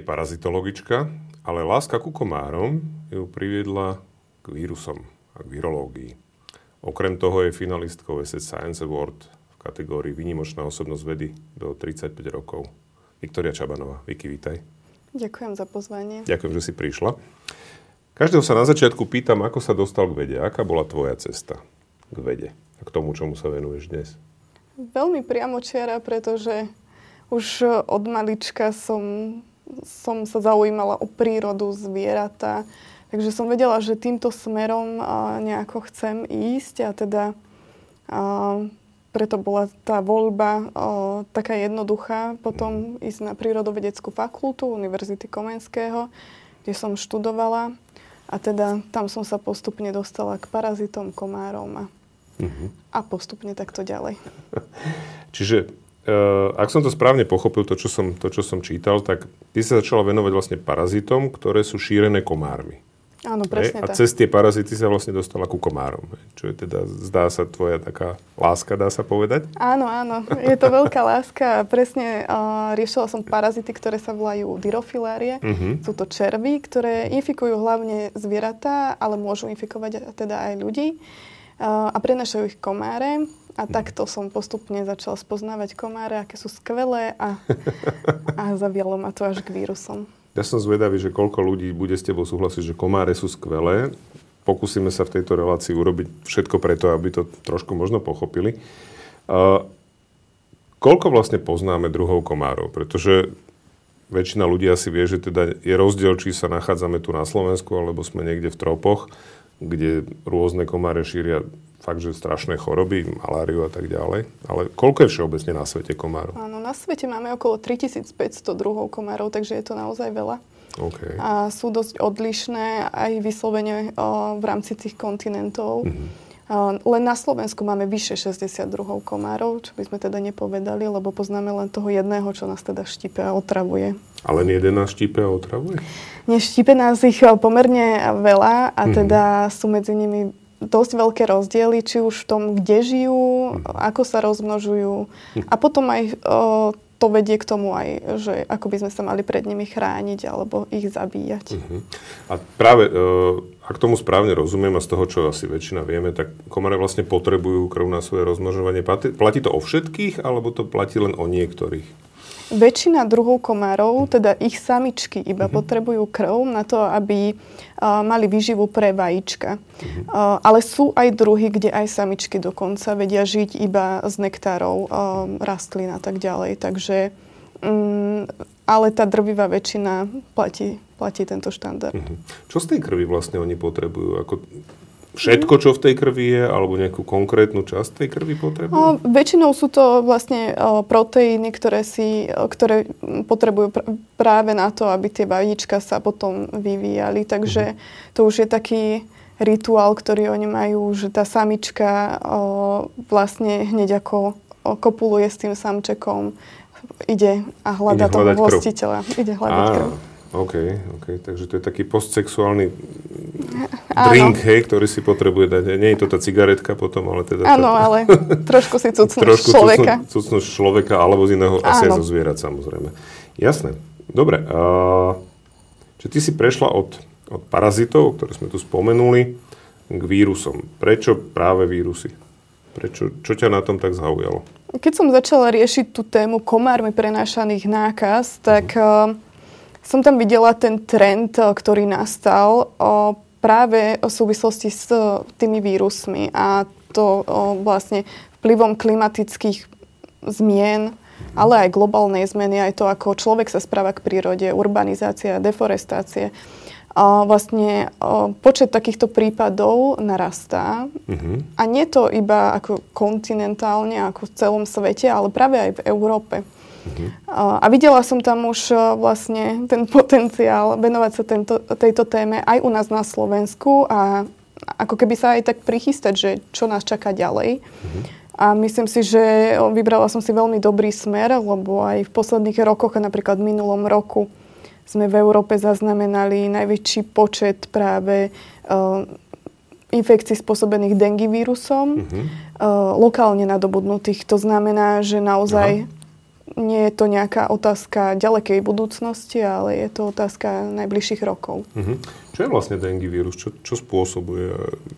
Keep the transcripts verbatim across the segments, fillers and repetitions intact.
parazitologička, ale láska ku komárom ju priviedla k vírusom a k virológii. Okrem toho je finalistkou es es Science Award v kategórii Výnimočná osobnosť vedy do tridsaťpäť rokov. Viktória Čabanová. Viki, vítaj. Ďakujem za pozvanie. Ďakujem, že si prišla. Každého sa na začiatku pýtam, ako sa dostal k vede. Aká bola tvoja cesta k vede a k tomu, čomu sa venuješ dnes? Veľmi priamočiara, pretože už od malička som, som sa zaujímala o prírodu, zvieratá. Takže som vedela, že týmto smerom nejako chcem ísť a teda a, preto bola tá voľba a, taká jednoduchá. Potom ísť na prírodovedeckú fakultu Univerzity Komenského, kde som študovala a teda tam som sa postupne dostala k parazitom, komárom a, uh-huh. a postupne takto ďalej. Čiže uh, ak som to správne pochopil, to čo, som, to, čo som čítal, tak ty sa začala venovať vlastne parazitom, ktoré sú šírené komármi. Áno, presne a tak. A cez tie parazity sa vlastne dostala ku komárom. Čo je teda, zdá sa, tvoja taká láska, dá sa povedať? Áno, áno. Je to veľká láska. Presne uh, riešila som parazity, ktoré sa volajú dyrofilárie. Uh-huh. Sú to červy, ktoré infikujú hlavne zvieratá, ale môžu infikovať teda aj ľudí. Uh, a prenašajú ich komáre. A takto som postupne začala spoznávať komáre, aké sú skvelé a, a zavialo ma to až k vírusom. Ja som zvedavý, že koľko ľudí bude s tebou súhlasiť, že komáre sú skvelé. Pokúsime sa v tejto relácii urobiť všetko preto, aby to trošku možno pochopili. Uh, koľko vlastne poznáme druhov komárov? Pretože väčšina ľudí asi vie, že teda je rozdiel, či sa nachádzame tu na Slovensku, alebo sme niekde v tropoch, kde rôzne komáre šíria fakt, že strašné choroby, maláriu a tak ďalej. Ale koľko je všeobecne na svete komárov? Áno, na svete máme okolo tritisícpäťsto druhov komárov, takže je to naozaj veľa. Okay. A sú dosť odlišné aj vyslovene o, v rámci tých kontinentov. Mm-hmm. O, len na Slovensku máme vyše šesťdesiat druhov komárov, čo by sme teda nepovedali, lebo poznáme len toho jedného, čo nás teda štípe a otravuje. A len jeden nás štípe a otravuje? Nie, štípe nás ich pomerne veľa a teda mm-hmm. sú medzi nimi dosť veľké rozdiely, či už v tom, kde žijú, mm. ako sa rozmnožujú. Mm. A potom aj o, to vedie k tomu aj, že ako by sme sa mali pred nimi chrániť alebo ich zabíjať. Mm-hmm. A práve, e, ak tomu správne rozumiem a z toho, čo asi väčšina vieme, tak komáre vlastne potrebujú krv na svoje rozmnožovanie. Platí, platí to o všetkých, alebo to platí len o niektorých? Väčšina druhov komárov, teda ich samičky, iba uh-huh. potrebujú krv na to, aby uh, mali výživu pre vajíčka. Uh-huh. Uh, ale sú aj druhy, kde aj samičky dokonca vedia žiť iba z nektárov, um, rastlín a tak ďalej. Takže, um, ale tá drvivá väčšina platí, platí tento štandard. Uh-huh. Čo z tej krvi vlastne oni potrebujú? Ako všetko, čo v tej krvi je, alebo nejakú konkrétnu časť tej krvi potrebujú? O, väčšinou sú to vlastne o, proteíny, ktoré, si, o, ktoré potrebujú pr- práve na to, aby tie vajíčka sa potom vyvíjali. Takže uh-huh. to už je taký rituál, ktorý oni majú, že tá samička o, vlastne hneď ako o, kopuluje s tým samčekom, ide a hľadá ide toho hostiteľa. Ide hľadať krv. OK, OK, takže to je taký postsexuálny drink, hej, ktorý si potrebuje dať. Nie je to tá cigaretka potom, ale teda... Áno, tá... ale trošku si cucnúť trošku človeka. Trošku cucnúť človeka, alebo z iného, asi aj zo zvierat, samozrejme. Jasné. Dobre. Uh, čiže ty si prešla od, od parazitov, ktoré sme tu spomenuli, k vírusom. Prečo práve vírusy? Prečo, čo ťa na tom tak zaujalo? Keď som začala riešiť tú tému komármi prenášaných nákaz, tak... Uh, som tam videla ten trend, ktorý nastal o, práve v súvislosti s tými vírusmi a to o, vlastne vplyvom klimatických zmien, ale aj globálnej zmeny, aj to, ako človek sa správa k prírode, urbanizácia, deforestácie. O, vlastne o, počet takýchto prípadov narastá. Mm-hmm. A nie to iba ako kontinentálne, ako v celom svete, ale práve aj v Európe. Uh-huh. A videla som tam už vlastne ten potenciál venovať sa tento, tejto téme aj u nás na Slovensku a ako keby sa aj tak prichystať, že čo nás čaká ďalej. Uh-huh. A myslím si, že vybrala som si veľmi dobrý smer, lebo aj v posledných rokoch, a napríklad v minulom roku, sme v Európe zaznamenali najväčší počet práve uh, infekcií spôsobených dengue vírusom, uh-huh. uh, lokálne nadobudnutých. To znamená, že naozaj... Uh-huh. nie je to nejaká otázka ďalekej budúcnosti, ale je to otázka najbližších rokov. Uh-huh. Čo je vlastne dengue vírus? Čo, čo spôsobuje?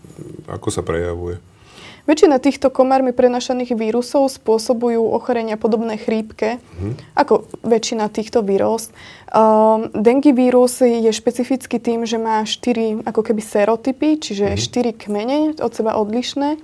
Ako sa prejavuje? Väčšina týchto komármi prenášaných vírusov spôsobujú ochorenia podobné chrípke, uh-huh. ako väčšina týchto víros. Um, dengue vírus je špecifický tým, že má štyri ako keby serotypy, čiže uh-huh. štyri kmene od seba odlišné.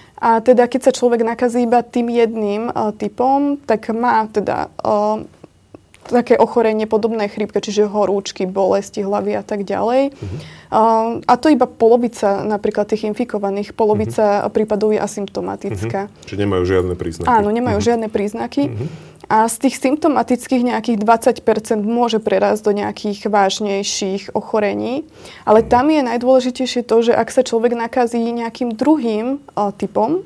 A teda keď sa človek nakazí iba tým jedným uh, typom, tak má teda uh, také ochorenie podobné chrípke, čiže horúčky, bolesti hlavy a tak ďalej. Uh-huh. Uh, a to iba polovica napríklad tých infikovaných, polovica uh-huh. prípadov je asymptomatická. Uh-huh. Čiže nemajú žiadne príznaky. Áno, nemajú uh-huh. žiadne príznaky. Uh-huh. A z tých symptomatických nejakých dvadsať percent môže prerásť do nejakých vážnejších ochorení. Ale tam je najdôležitejšie to, že ak sa človek nakazí nejakým druhým uh, typom,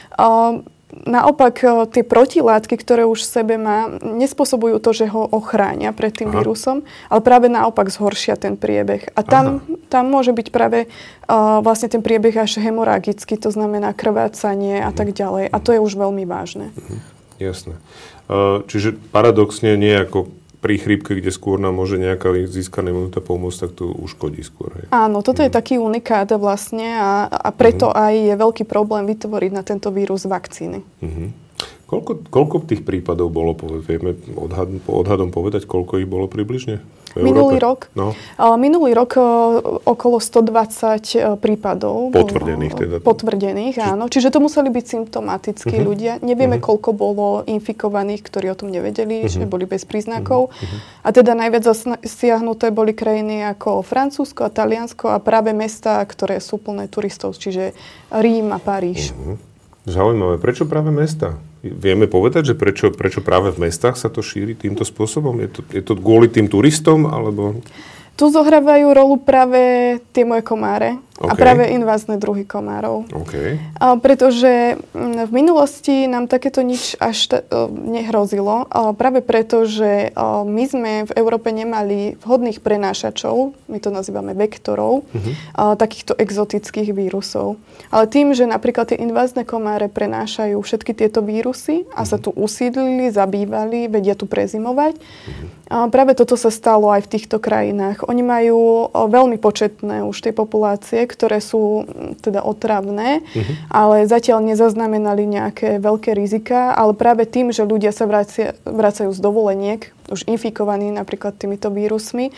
uh, naopak tie protilátky, ktoré už v sebe má, nespôsobujú to, že ho ochránia pred tým Aha. vírusom, ale práve naopak zhoršia ten priebeh. A tam, tam môže byť práve uh, vlastne ten priebeh až hemoragický, to znamená krvácanie a tak ďalej. A to je už veľmi vážne. Mhm. Jasné. Uh, čiže paradoxne nie ako pri chrípke, kde skôr nám môže nejaká získaná imunita pomôcť, tak to uškodí skôr. Hej. Áno, toto mm. je taký unikát vlastne a, a preto mm. aj je veľký problém vytvoriť na tento vírus vakcíny. Mm-hmm. Koľko, koľko tých prípadov bolo, vieme odhad, odhadom povedať, koľko ich bolo približne? Minulý rok? No. Uh, minulý rok uh, okolo stodvadsať uh, prípadov. Potvrdených bolo, teda? Potvrdených, Či... áno. Čiže to museli byť symptomatickí uh-huh. ľudia. Nevieme, uh-huh. koľko bolo infikovaných, ktorí o tom nevedeli, uh-huh. že boli bez príznakov. Uh-huh. A teda najviac zasiahnuté boli krajiny ako Francúzsko a Taliansko a práve mestá, ktoré sú plné turistov, čiže Rím a Paríž. Uh-huh. Zaujímavé. Prečo práve mestá? Vieme povedať, že prečo, prečo práve v mestách sa to šíri týmto spôsobom? Je to, je to kvôli tým turistom, alebo... Tu zohrávajú rolu práve tie moje komáre okay. a práve invázne druhy komárov. Okay. A pretože v minulosti nám takéto nič až ta, nehrozilo. A práve preto, že my sme v Európe nemali vhodných prenášačov, my to nazývame vektorov, uh-huh. takýchto exotických vírusov. Ale tým, že napríklad tie invázne komáre prenášajú všetky tieto vírusy a uh-huh. sa tu usídlili, zabývali, vedia tu prezimovať, uh-huh. a práve toto sa stalo aj v týchto krajinách. Oni majú veľmi početné už tie populácie, ktoré sú teda otravné, uh-huh. ale zatiaľ nezaznamenali nejaké veľké rizika, ale práve tým, že ľudia sa vracia, vracajú z dovoleniek, už infikovaní napríklad týmito vírusmi,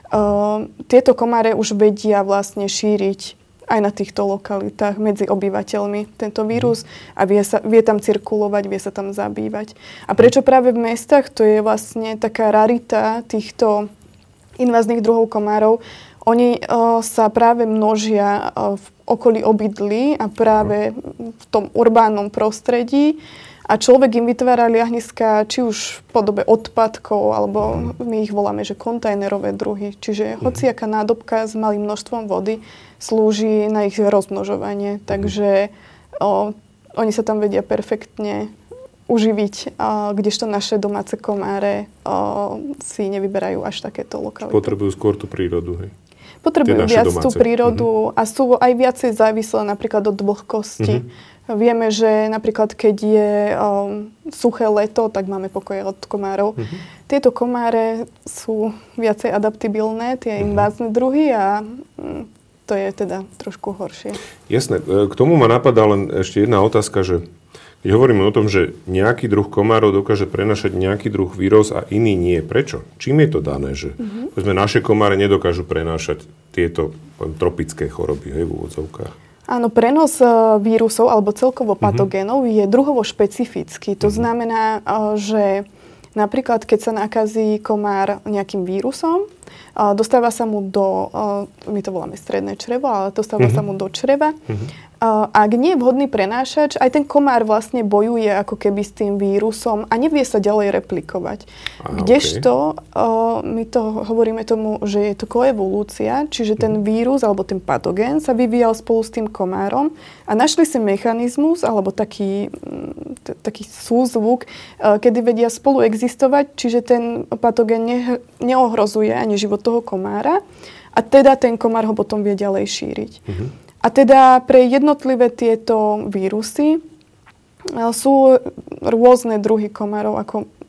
uh, tieto komáre už vedia vlastne šíriť aj na týchto lokalitách medzi obyvateľmi tento vírus a vie, sa, vie tam cirkulovať, vie sa tam zabývať. A prečo práve v mestách? To je vlastne taká rarita týchto inváznych druhov komárov. Oni uh, sa práve množia uh, v okolí obydlí a práve v tom urbánnom prostredí. A človek im vytvára liahniská, či už v podobe odpadkov, alebo my ich voláme, že kontajnerové druhy. Čiže hociaká nádobka s malým množstvom vody slúži na ich rozmnožovanie. Takže o, oni sa tam vedia perfektne uživiť, o, kdežto naše domáce komáre o, si nevyberajú až takéto lokality. Potrebujú skôr tú prírodu, hej? Potrebujú viac domáce. Tú prírodu uh-huh. a sú aj viacej závislé napríklad od vlhkosti. Uh-huh. Vieme, že napríklad keď je um, suché leto, tak máme pokoje od komárov. Uh-huh. Tieto komáre sú viacej adaptibilné, tie invázne druhy a um, to je teda trošku horšie. Jasné. K tomu ma napadá len ešte jedna otázka, že keď hovoríme o tom, že nejaký druh komárov dokáže prenašať nejaký druh vírus a iný nie. Prečo? Čím je to dané? Že uh-huh. povedzme, naše komáre nedokážu prenášať tieto poviem, tropické choroby, hej, v úvodzovkách? Áno, prenos vírusov alebo celkovo patogénov uh-huh. je druhovo špecifický. To uh-huh. znamená, že napríklad, keď sa nakazí komár nejakým vírusom, dostáva sa mu do, my to voláme stredné črevo, ale dostáva uh-huh. sa mu do čreva. Uh-huh. Ak nie je vhodný prenášač, aj ten komár vlastne bojuje ako keby s tým vírusom a nevie sa ďalej replikovať. Aha, Kdežto okay. my to hovoríme tomu, že je to koevolúcia, čiže ten vírus alebo ten patogén sa vyvíjal spolu s tým komárom a našli si mechanizmus alebo taký, t- taký súzvuk, kedy vedia spolu existovať, čiže ten patogén ne- neohrozuje ani život toho komára a teda ten komár ho potom vie ďalej šíriť. Uh-huh. A teda pre jednotlivé tieto vírusy sú rôzne druhy komárov, ako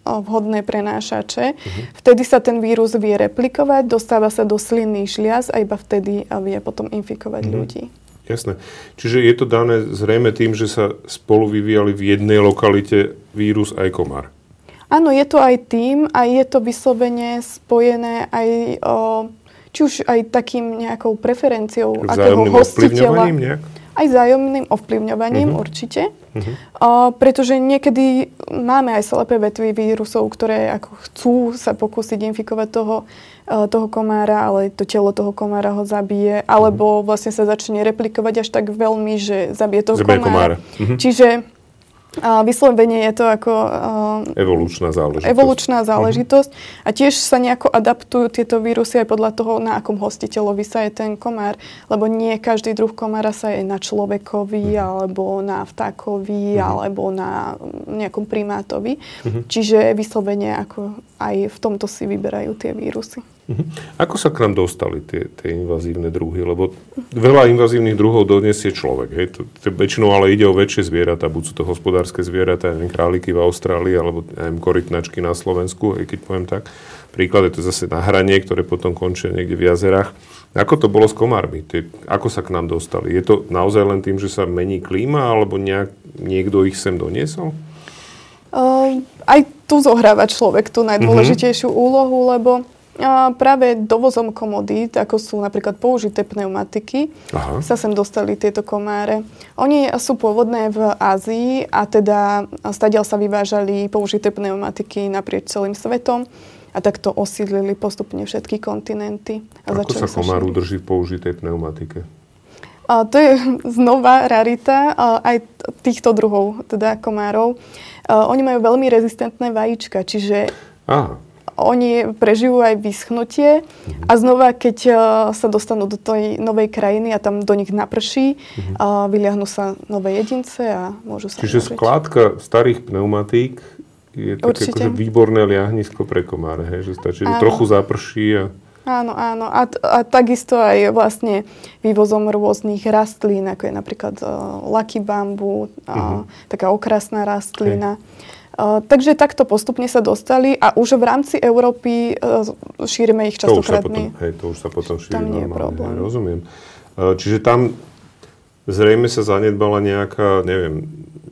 vhodné prenášače. Uh-huh. Vtedy sa ten vírus vie replikovať, dostáva sa do slinných žliaz a iba vtedy vie potom infikovať uh-huh. ľudí. Jasné. Čiže je to dané zrejme tým, že sa spolu vyvíjali v jednej lokalite vírus aj komár. Áno, je to aj tým a je to vyslovene spojené aj o, či už aj takým nejakou preferenciou akého hostiteľa. Nejak? Aj vzájomným ovplyvňovaním uh-huh. určite. Uh-huh. O, pretože niekedy máme aj slepé vetvy vírusov, ktoré ako chcú sa pokúsiť infikovať toho, toho komára, ale to telo toho komára ho zabije. Alebo vlastne sa začne replikovať až tak veľmi, že zabije toho zabije komára. komára. Uh-huh. Čiže A vyslovene je to ako uh, evolučná záležitosť. Evolučná záležitosť. Uh-huh. A tiež sa nejako adaptujú tieto vírusy aj podľa toho, na akom hostiteľovi sa je ten komár. Lebo nie každý druh komára sa je na človekovi, uh-huh. alebo na vtákovi, uh-huh. alebo na nejakom primátovi. Uh-huh. Čiže vyslovene ako aj v tomto si vyberajú tie vírusy. Uh-huh. Ako sa k nám dostali tie, tie invazívne druhy? Lebo veľa invazívnych druhov donesie človek. Hej? To, to väčšinou ale ide o väčšie zvieratá. Buď sú to hospodárske zvieratá, neviem, králiky v Austrálii, alebo neviem, korytnačky na Slovensku, aj keď poviem tak. Príklad je to zase na hranie, ktoré potom končia niekde v jazerách. Ako to bolo s komármi? Tie, ako sa k nám dostali? Je to naozaj len tým, že sa mení klíma, alebo nejak, niekto ich sem doniesol? Uh, aj tu zohráva človek tú najdôležitejšiu uh-huh. úlohu, lebo A práve dovozom komodít, ako sú napríklad použité pneumatiky, Aha. sa sem dostali tieto komáre. Oni sú pôvodné v Ázii a teda stadiaľ sa vyvážali použité pneumatiky naprieč celým svetom a takto osídlili postupne všetky kontinenty. A ako sa komár udrží v použitej pneumatike? A to je znova rarita aj týchto druhov, teda komárov. A oni majú veľmi rezistentné vajíčka, čiže... Aha. Oni prežijú aj vyschnutie uh-huh. a znova, keď uh, sa dostanú do tej novej krajiny a tam do nich naprší, uh-huh. uh, vyliahnú sa nové jedince a môžu sa Čiže množiť. Skládka starých pneumatík je také akože výborné liahnisko pre komáre, hej? Že stačí, že trochu zaprší a... Áno, áno. A, a takisto aj vlastne vývozom rôznych rastlín, ako je napríklad uh, lucky bambú, uh, uh-huh. taká okrasná rastlina. Hej. Uh, takže takto postupne sa dostali a už v rámci Európy uh, šírime ich častokrát. To už sa potom, hej, to už sa potom šíri tam nie normálne. Je problém. Hej, rozumiem. Uh, čiže tam zrejme sa zanedbala nejaká, neviem,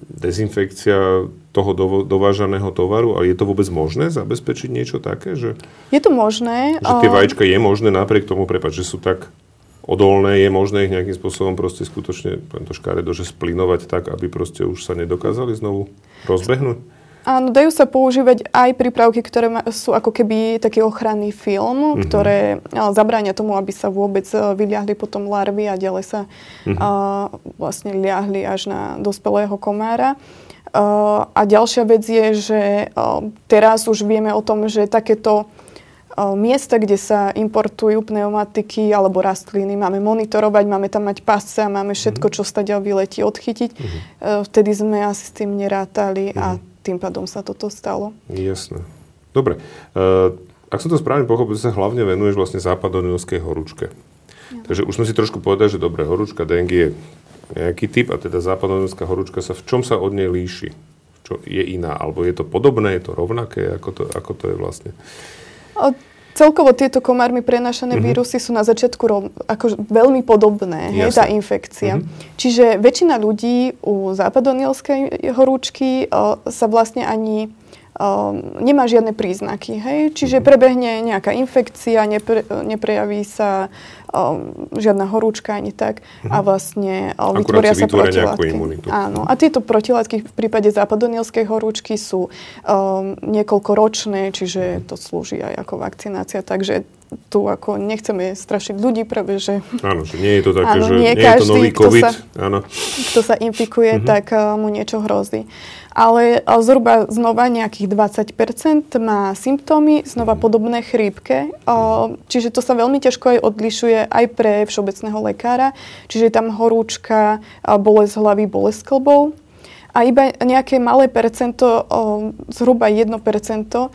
dezinfekcia toho dovo- dovážaného tovaru, ale je to vôbec možné zabezpečiť niečo také? Že, je to možné. Že tie vajíčka je možné napriek tomu, prepáč, že sú tak odolné, je možné ich nejakým spôsobom proste skutočne, poviem to škaredo, že splinovať tak, aby proste už sa nedokázali znovu rozbehnúť? Áno, dajú sa používať aj prípravky, ktoré sú ako keby taký ochranný film, uh-huh. ktoré zabránia tomu, aby sa vôbec vyliahli potom larvy a ďalej sa uh-huh. a, vlastne liahli až na dospelého komára. A, a ďalšia vec je, že a, teraz už vieme o tom, že takéto a, miesta, kde sa importujú pneumatiky alebo rastliny, máme monitorovať, máme tam mať pasce a máme všetko, čo stadiaľ vyletí, odchytiť. Uh-huh. A, vtedy sme asi s tým nerátali uh-huh. a tým pádom sa toto stalo. Jasné. Dobre. Uh, ak som to správne pochopil, sa hlavne venuješ vlastne západonilskej horúčke. Ja. Takže už sme si trošku povedali, že dobre, horúčka dengue je nejaký typ a teda západonilská horúčka sa v čom sa od nej líši? Čo je iná? Alebo je to podobné? Je to rovnaké? Ako to, ako to je vlastne? O, celkovo tieto komármi prenášané uh-huh. vírusy sú na začiatku rov, ako veľmi podobné, hej, tá infekcia. Uh-huh. Čiže väčšina ľudí u západonilskej horúčky o, sa vlastne ani o, nemá žiadne príznaky. Hej? Čiže uh-huh. prebehne nejaká infekcia, nepre, neprejaví sa o, žiadna horúčka ani tak uh-huh. a vlastne o, vytvoria sa protilátky. Áno. A tieto protilátky v prípade západonilskej horúčky sú o, niekoľkoročné, čiže to slúži aj ako vakcinácia. Takže tu ako nechceme strašiť ľudí, práve že... Áno, že nie je to také, áno, že nie, nie každý, je to nový COVID. Kto sa, áno. kto sa infikuje, uh-huh. tak uh, mu niečo hrozí. Ale uh, zhruba znova nejakých dvadsať percent má symptómy, znova uh-huh. podobné chrípke. Uh, čiže to sa veľmi ťažko aj odlišuje aj pre všeobecného lekára. Čiže je tam horúčka, uh, bolesť hlavy, bolesť klbov. A iba nejaké malé percento, zhruba jedno percento,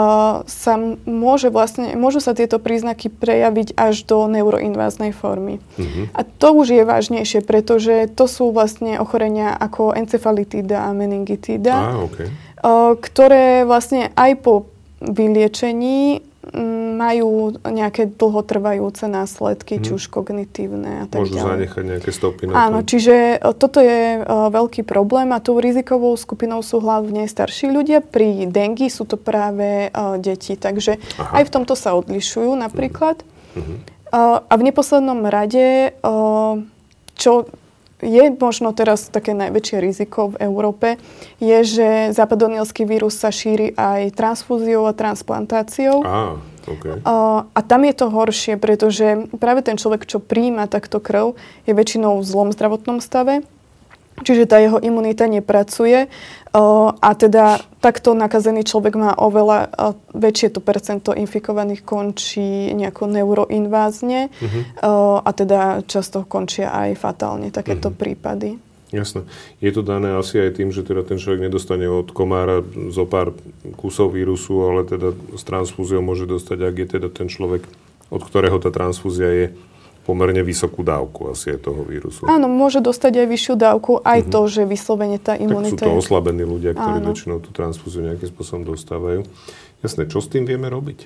sa môže vlastne, môžu sa tieto príznaky prejaviť až do neuroinváznej formy. Mm-hmm. A to už je vážnejšie, pretože to sú vlastne ochorenia ako encefalitída a meningitída. Ah, okay. ktoré vlastne aj po vyliečení majú nejaké dlhotrvajúce následky, hmm. či už kognitívne a tak Môžu ďalej. Môžu zanechať nejaké stopy na Áno, tom. čiže toto je uh, veľký problém a tou rizikovou skupinou sú hlavne starší ľudia. Pri dengue sú to práve uh, deti, takže Aha. aj v tomto sa odlišujú napríklad. Hmm. Uh, a v neposlednom rade, uh, čo je možno teraz také najväčšie riziko v Európe, je, že západonielský vírus sa šíri aj transfúziou a transplantáciou. Á, okay. a, a tam je to horšie, pretože práve ten človek, čo prijíma takto krv, je väčšinou v zlom zdravotnom stave. Čiže tá jeho imunita nepracuje a teda takto nakazený človek má oveľa väčšie to percento infikovaných končí nejako neuroinvázne uh-huh. a teda často končia aj fatálne takéto uh-huh. prípady. Jasné. Je to dané asi aj tým, že teda ten človek nedostane od komára zo pár kusov vírusu, ale teda s transfúziou môže dostať, ak je teda ten človek, od ktorého tá transfúzia je, pomerne vysokú dávku asi aj toho vírusu. Áno, môže dostať aj vyššiu dávku, aj uh-huh. to, že vyslovene tá imunita... Tak sú to oslabení ľudia, ktorí Áno. väčšinou tú transfúziu nejakým spôsobom dostávajú. Jasné, čo s tým vieme robiť?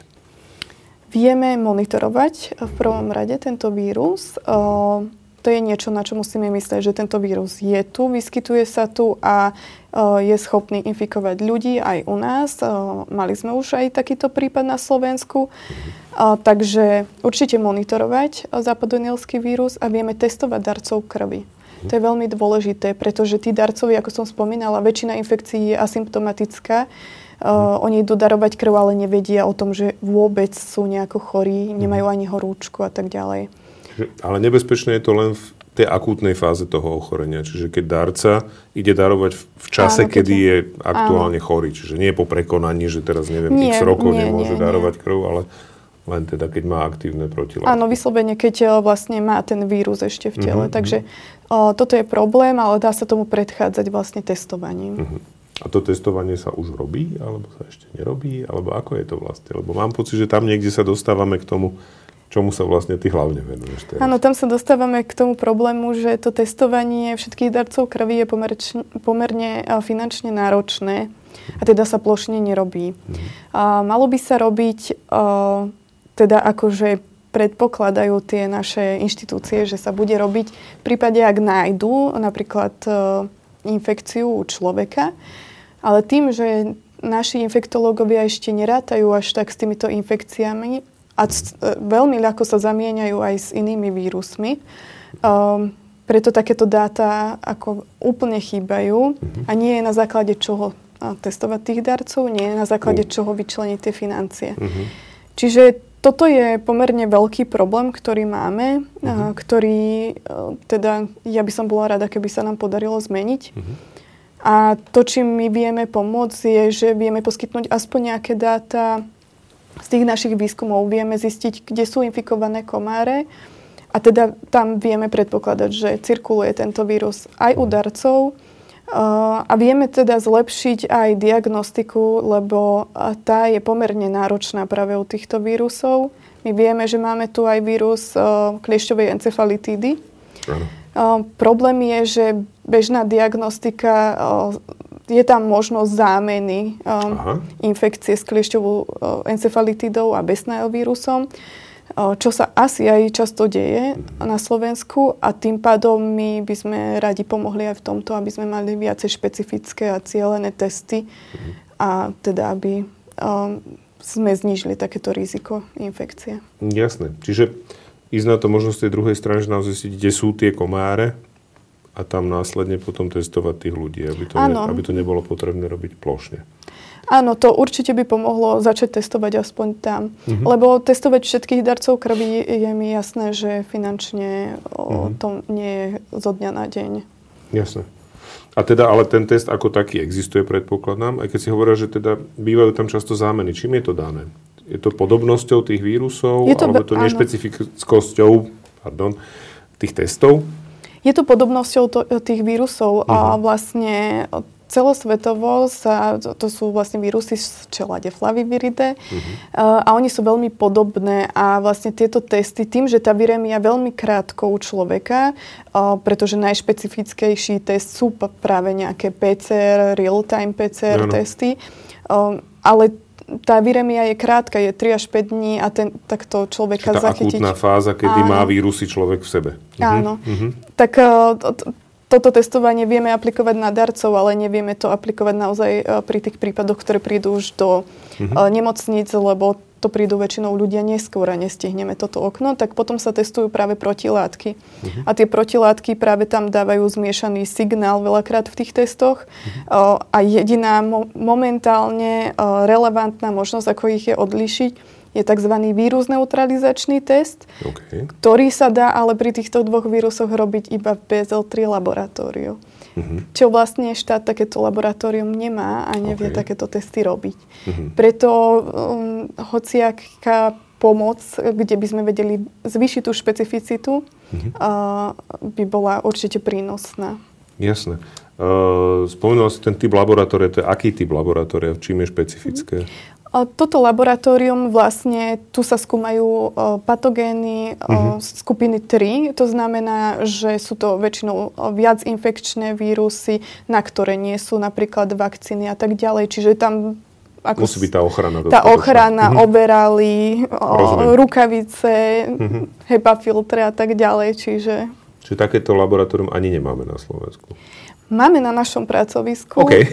Vieme monitorovať v prvom rade tento vírus. Uh, to je niečo, na čo musíme myslieť, že tento vírus je tu, vyskytuje sa tu a uh, je schopný infikovať ľudí aj u nás. Uh, mali sme už aj takýto prípad na Slovensku. Uh, takže určite monitorovať západonielský vírus a vieme testovať darcov krvi. To je veľmi dôležité, pretože tí darcovi, ako som spomínala, väčšina infekcií je asymptomatická. Uh, oni idú darovať krv, ale nevedia o tom, že vôbec sú nejako chorí, nemajú ani horúčku a tak ďalej. Ale nebezpečné je to len v tej akútnej fáze toho ochorenia. Čiže keď darca ide darovať v čase, áno, kedy je aktuálne áno. chorý. Čiže nie po prekonaní, že teraz neviem, nie, x rokov nie, nemôže nie, darovať nie. krv, ale len teda, keď má aktívne protilátky. Áno, vyslovene, keď vlastne má ten vírus ešte v tele. Uh-huh, Takže uh-huh. toto je problém, ale dá sa tomu predchádzať vlastne testovaním. Uh-huh. A to testovanie sa už robí, alebo sa ešte nerobí? Alebo ako je to vlastne? Lebo mám pocit, že tam niekde sa dostávame k tomu, čomu sa vlastne ty hlavne venuješ teraz. Áno, tam sa dostávame k tomu problému, že to testovanie všetkých darcov krvi je pomerne, pomerne finančne náročné a teda sa plošne nerobí. Uh-huh. A malo by sa robiť... Uh, teda akože predpokladajú tie naše inštitúcie, že sa bude robiť v prípade, ak nájdú napríklad e, infekciu u človeka, ale tým, že naši infektológovia ešte nerátajú až tak s týmito infekciami a c- e, veľmi ľahko sa zamieňajú aj s inými vírusmi, e, preto takéto dáta ako úplne chýbajú a nie je na základe čoho testovať tých darcov, nie je na základe čoho vyčleniť tie financie. Uh-huh. Čiže toto je pomerne veľký problém, ktorý máme, uh-huh. ktorý teda ja by som bola rada, keby sa nám podarilo zmeniť. Uh-huh. A to, čím my vieme pomôcť, je, že vieme poskytnúť aspoň nejaké dáta z tých našich výskumov. Vieme zistiť, kde sú infikované komáre a teda tam vieme predpokladať, že cirkuluje tento vírus aj u darcov. Uh, a vieme teda zlepšiť aj diagnostiku, lebo tá je pomerne náročná práve u týchto vírusov. My vieme, že máme tu aj vírus uh, kliešťovej encefalitídy. Uh, problém je, že bežná diagnostika, uh, je tam možnosť zámeny um, infekcie s kliešťovou uh, encefalitidou a besnaelvírusom, čo sa asi aj často deje na Slovensku a tým pádom my by sme radi pomohli aj v tomto, aby sme mali viacej špecifické a cielené testy a teda aby um, sme znížili takéto riziko infekcie. Jasné. Čiže ísť na to možno z tej druhej strany, že naozaj zistiť, kde sú tie komáre a tam následne potom testovať tých ľudí, aby to, ne, aby to nebolo potrebné robiť plošne. Áno, to určite by pomohlo začať testovať aspoň tam. Uh-huh. Lebo testovať všetkých darcov krvi je mi jasné, že finančne uh-huh. to nie je zo dňa na deň. Jasné. A teda, ale ten test ako taký existuje, predpokladám, aj keď si hovoria, že teda bývajú tam často zámeny. Čím je to dané? Je to podobnosťou tých vírusov, je to, alebo to nešpecifickosťou pardon, tých testov? Je to podobnosťou to, tých vírusov uh-huh. a vlastne celosvetovo sa, to, to sú vlastne vírusy z čelade Flaviviridae uh-huh. a oni sú veľmi podobné a vlastne tieto testy, tým, že tá virémia veľmi krátko u človeka, pretože najšpecifickejší test sú práve nejaké pé cé er, real-time pé cé er no, no. testy, ale tá virémia je krátka, je tri až päť dní a ten, takto človeka tá zachytiť. Tá akútna fáza, kedy áno. má vírusy človek v sebe. Áno. Uh-huh. Tak to, toto testovanie vieme aplikovať na darcov, ale nevieme to aplikovať naozaj pri tých prípadoch, ktoré prídu už do uh-huh. nemocníc, lebo to prídu väčšinou ľudia neskôr a nestihneme toto okno, tak potom sa testujú práve protilátky. Uh-huh. A tie protilátky práve tam dávajú zmiešaný signál veľakrát v tých testoch. Uh-huh. A jediná mo- momentálne relevantná možnosť, ako ich je odlíšiť, je tzv. Vírus neutralizačný test, okay. ktorý sa dá ale pri týchto dvoch vírusoch robiť iba v bé es el tri laboratóriu. Uh-huh. Čo vlastne štát takéto laboratórium nemá a nevie okay. takéto testy robiť. Uh-huh. Preto um, hociaká pomoc, kde by sme vedeli zvýšiť tú špecificitu, uh-huh. uh, by bola určite prínosná. Jasné. Uh, spomenula si ten typ laboratória, to je aký typ laboratória, čím je špecifické? Uh-huh. Toto laboratórium vlastne, tu sa skúmajú patogény uh-huh. skupiny tri. To znamená, že sú to väčšinou viac infekčné vírusy, na ktoré nie sú napríklad vakcíny a tak ďalej. Čiže tam ako musí byť tá ochrana. Tá ochrana, uh-huh. oberály, rukavice, uh-huh. HEPA filtre a tak ďalej. Čiže... Čiže takéto laboratórium ani nemáme na Slovensku. Máme na našom pracovisku, okay.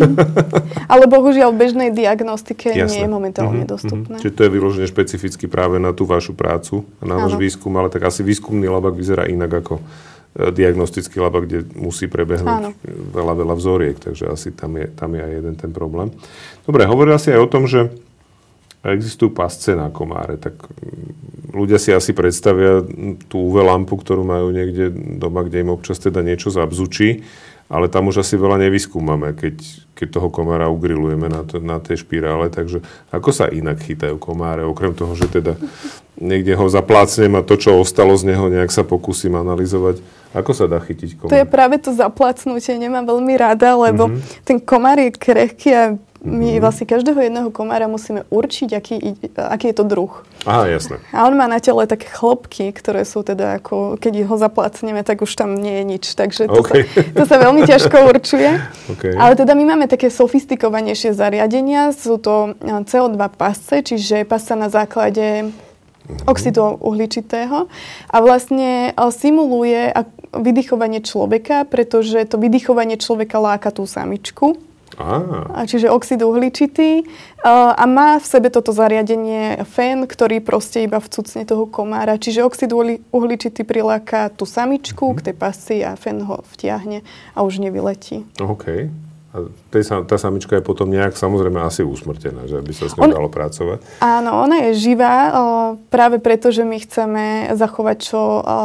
ale bohužiaľ v bežnej diagnostike Jasne. Nie je momentálne uh-huh, dostupné. Uh-huh. Čiže to je vyložené špecificky práve na tú vašu prácu, na váš výskum, ale tak asi výskumný labak vyzerá inak ako diagnostický labak, kde musí prebehnúť Áno. veľa, veľa vzoriek, takže asi tam je, tam je aj jeden ten problém. Dobre, hovorila si aj o tom, že existujú pasce na komáre, tak ľudia si asi predstavia tú ú vé lampu, ktorú majú niekde doma, kde im občas teda niečo zabzučí, ale tam už asi veľa nevyskúmame, keď, keď toho komára ugrilujeme na, to, na tej špirále. Takže ako sa inak chytajú komáre? Okrem toho, že teda niekde ho zaplácnem a to, čo ostalo z neho, nejak sa pokúsim analyzovať. Ako sa dá chytiť komár? To je práve to zaplácnutie. Nemám veľmi rada, lebo mm-hmm. ten komár je krehký a my vlastne každého jedného komára musíme určiť, aký, aký je to druh. Aha, jasné. A on má na tele také chlopky, ktoré sú teda ako, keď ho zaplácneme, tak už tam nie je nič. Takže to, okay. sa, to sa veľmi ťažko určuje. Okay. Ale teda my máme také sofistikovanejšie zariadenia. Sú to cé o dva pasce, čiže pasca na základe mm-hmm. oxidu uhličitého. A vlastne simuluje vydychovanie človeka, pretože to vydychovanie človeka láka tú samičku. Ah. Čiže oxid uhličitý a má v sebe toto zariadenie fén, ktorý proste iba vcucne toho komára. Čiže oxid uhličitý priláka tú samičku mm-hmm. k tej pasci a fén ho vtiahne a už nevyletí. OK. A tá samička je potom nejak samozrejme asi usmrtená, že by sa s ňou On, dalo pracovať. Áno, ona je živá práve preto, že my chceme zachovať čo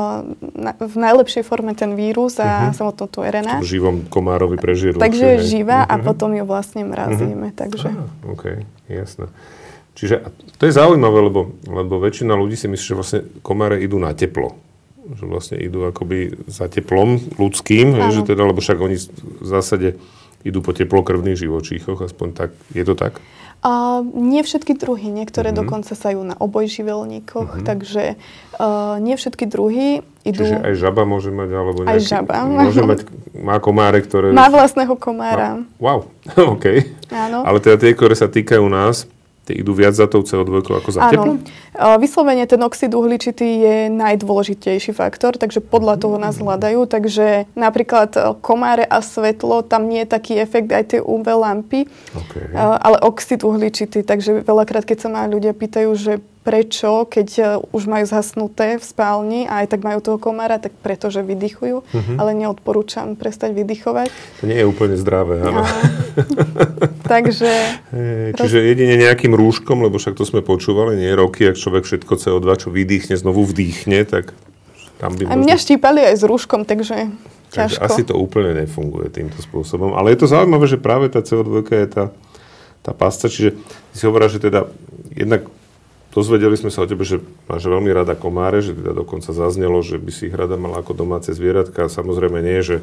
v najlepšej forme ten vírus a uh-huh. samotnú tú er en á. V živom komárovi prežije dlhšie. Takže je živá uh-huh. a potom ju vlastne mrazíme. Uh-huh. Takže. Aha, OK, jasné. Čiže to je zaujímavé, lebo, lebo väčšina ľudí si myslí, že vlastne komáre idú na teplo. Že vlastne idú akoby za teplom ľudským, že teda, lebo však oni v zásade idú po teplokrvných živočíchoch, aspoň tak. Je to tak? Uh, nie všetky druhy. Niektoré uh-huh. dokonca sajú na obojživelníkoch, uh-huh. takže uh, nie všetky druhy idú... Čiže aj žaba môže mať, alebo nejaký... Aj žaba. Môže mať, má komáre, ktoré... Má vlastného komára. Má... Wow, OK. Áno. Ale teda tie, ktoré sa týkajú nás, tie idú viac za tou cé o dva ako za teplom? Áno. Vyslovene ten oxid uhličitý je najdôležitejší faktor, takže podľa toho nás hľadajú. Takže napríklad komáre a svetlo, tam nie je taký efekt, aj tie ú vé lampy, okay. ale oxid uhličitý. Takže veľakrát, keď sa ma ľudia pýtajú, že prečo, keď už majú zhasnuté v spálni a aj tak majú toho komára, tak preto, že vydychujú. Uh-huh. Ale neodporúčam prestať vydychovať. To nie je úplne zdravé, áno. Takže... Hey, čiže roz... jedine nejakým rúškom, lebo však to sme počúvali, nie roky, ak človek všetko cé o dva, čo vydýchne, znovu vdýchne, tak tam by... A možno... mňa štípali aj s rúškom, takže ťažko. Takže asi to úplne nefunguje týmto spôsobom. Ale je to zaujímavé, že práve tá cé o dva je tá, tá pasca, čiže si hovorá, že teda jednak dozvedeli sme sa o tebe, že máš veľmi rada komáre, že teda dokonca zaznelo, že by si ich rada mala ako domáce zvieratka. Samozrejme nie, že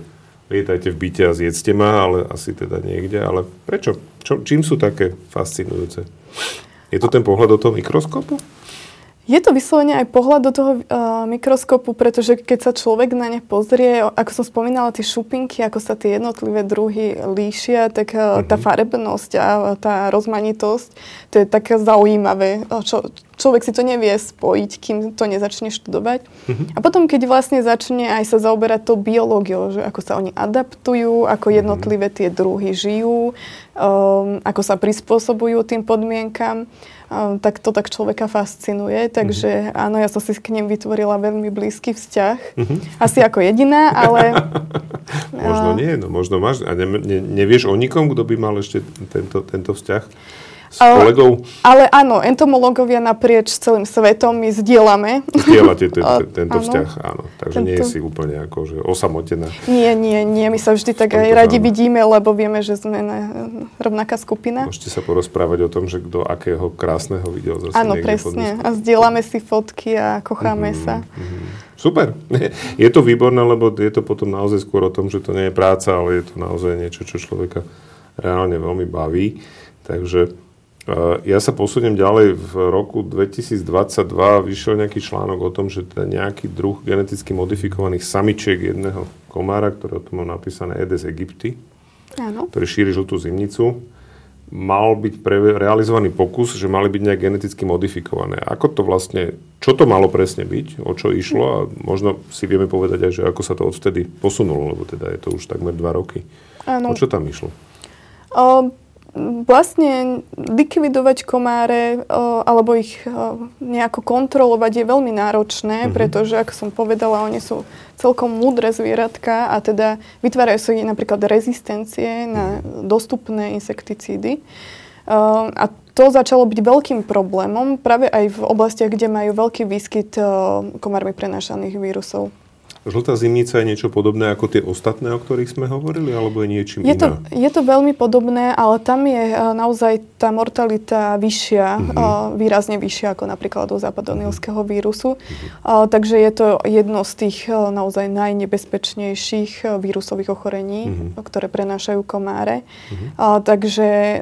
lietajte v byte a zjedzte ma, ale asi teda niekde. Ale prečo? Čo, čím sú také fascinujúce? Je to ten pohľad do toho mikroskopu? Je to vyslovene aj pohľad do toho uh, mikroskopu, pretože keď sa človek na ne pozrie, ako som spomínala, tie šupinky, ako sa tie jednotlivé druhy líšia, tak uh, uh-huh. tá farebnosť a tá rozmanitosť, to je také zaujímavé. Čo, človek si to nevie spojiť, kým to nezačne študovať. Uh-huh. A potom, keď vlastne začne aj sa zaoberať tou biológiou, že ako sa oni adaptujú, ako jednotlivé tie druhy žijú, um, ako sa prispôsobujú tým podmienkam, Um, tak to tak človeka fascinuje. Takže uh-huh. áno, ja som si k nim vytvorila veľmi blízky vzťah. Uh-huh. Asi ako jediná, ale... možno nie, no možno máš. A ne, ne, nevieš o nikom, kto by mal ešte tento, tento vzťah s ale, kolegou? Ale áno, entomológovia naprieč celým svetom my zdieľame. Zdieľate ten, ten, tento vzťah, áno. Takže tento... nie si úplne ako, že osamotená. Nie, nie, nie. My sa vždy tak aj radi áno. vidíme, lebo vieme, že sme na, rovnaká skupina. Môžete sa porozprávať o tom, že kto akého krásneho videl zase áno, niekde presne. A zdieľame si fotky a kocháme mm-hmm, sa. Mm-hmm. Super. Je to výborné, lebo je to potom naozaj skôr o tom, že to nie je práca, ale je to naozaj niečo, čo človeka reálne veľmi baví. Takže ja sa posuniem ďalej. V roku dvetisícdvadsaťdva vyšiel nejaký článok o tom, že teda nejaký druh geneticky modifikovaných samičiek jedného komára, ktoré o tom mám napísané Aedes aegypti, áno. ktorý šíri žltú zimnicu, mal byť pre, realizovaný pokus, že mali byť nejak geneticky modifikované. Ako to vlastne, čo to malo presne byť, o čo išlo a možno si vieme povedať aj, že ako sa to odvtedy posunulo, lebo teda je to už takmer dva roky. Áno. O čo tam išlo? Um... Vlastne likvidovať komáre o, alebo ich o, nejako kontrolovať je veľmi náročné, uh-huh. pretože, ako som povedala, oni sú celkom múdre zvieratka a teda vytvárajú si napríklad rezistencie na dostupné insekticídy. O, a to začalo byť veľkým problémom práve aj v oblastiach, kde majú veľký výskyt o, komármi prenášaných vírusov. Žltá zimnica je niečo podobné ako tie ostatné, o ktorých sme hovorili, alebo je niečím je to, iná? Je to veľmi podobné, ale tam je naozaj tá mortalita vyššia, uh-huh. výrazne vyššia ako napríklad u západonilského vírusu. Uh-huh. Takže je to jedno z tých naozaj najnebezpečnejších vírusových ochorení, uh-huh. ktoré prenášajú komáre. Uh-huh. Takže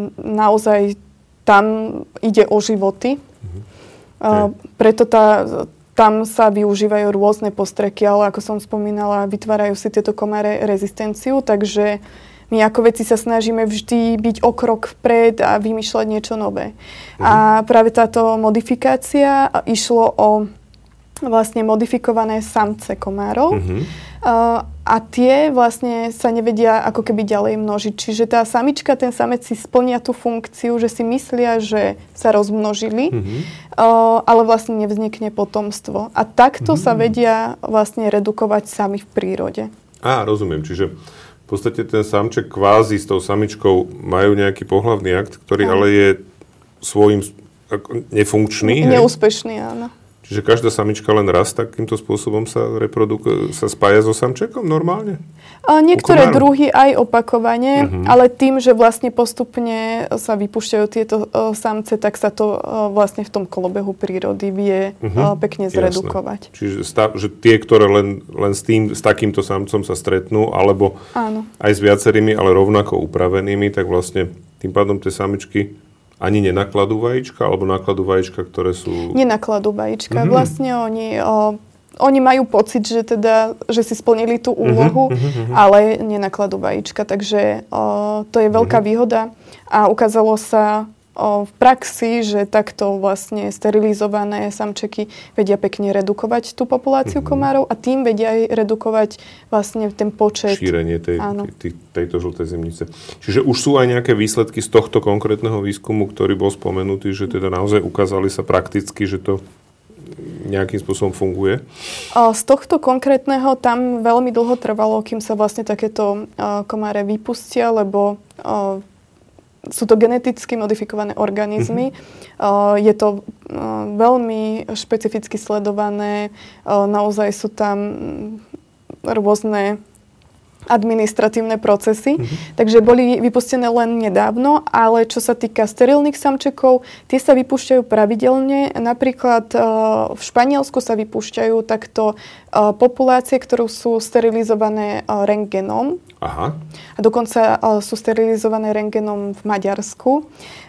naozaj tam ide o životy. Uh-huh. Preto tá... Tam sa využívajú rôzne postreky, ale ako som spomínala, vytvárajú si tieto komáre rezistenciu, takže my ako vedci sa snažíme vždy byť o krok vpred a vymýšľať niečo nové. Mhm. A práve táto modifikácia išlo o vlastne modifikované samce komárov. Mhm. Uh, a tie vlastne sa nevedia ako keby ďalej množiť. Čiže tá samička, ten samec si splnia tú funkciu, že si myslia, že sa rozmnožili, mm-hmm. uh, ale vlastne nevznikne potomstvo. A takto mm-hmm. sa vedia vlastne redukovať sami v prírode. Á, rozumiem. Čiže v podstate ten samček kvázi s tou samičkou majú nejaký pohlavný akt, ktorý Aj. ale je svojím nefunkčný. Neúspešný, áno. Čiže každá samička len raz takýmto spôsobom sa reprodukuje, sa spája so samčekom normálne? A niektoré druhy aj opakovane, uh-huh. ale tým, že vlastne postupne sa vypúšťajú tieto uh, samce, tak sa to uh, vlastne v tom kolobehu prírody vie uh-huh. uh, pekne zredukovať. Jasné. Čiže stav, že tie, ktoré len, len s, tým, s takýmto samcom sa stretnú, alebo Áno. aj s viacerými, ale rovnako upravenými, tak vlastne tým pádom tie samičky ani nenakladú vajíčka, alebo nakladú vajíčka, ktoré sú... Nenakladú vajíčka. Mm-hmm. Vlastne oni, o, oni majú pocit, že, teda, že si splnili tú úlohu, mm-hmm. ale nenakladú vajíčka. Takže o, to je veľká mm-hmm. výhoda. A ukázalo sa o, v praxi, že takto vlastne sterilizované samčeky vedia pekne redukovať tú populáciu mm-hmm. komárov a tým vedia aj redukovať vlastne ten počet. Šírenie tej, tej, tejto žltej zimnice. Čiže už sú aj nejaké výsledky z tohto konkrétneho výskumu, ktorý bol spomenutý, že teda naozaj ukázali sa prakticky, že to nejakým spôsobom funguje? Z tohto konkrétneho tam veľmi dlho trvalo, kým sa vlastne takéto komáre vypustia, lebo sú to geneticky modifikované organizmy. Mm-hmm. Je to veľmi špecificky sledované. Naozaj sú tam rôzne administratívne procesy. Mm-hmm. Takže boli vypustené len nedávno, ale čo sa týka sterilných samčekov, tie sa vypúšťajú pravidelne. Napríklad v Španielsku sa vypúšťajú takto populácie, ktoré sú sterilizované rentgenom. Aha. A dokonca sú sterilizované rentgenom v Maďarsku.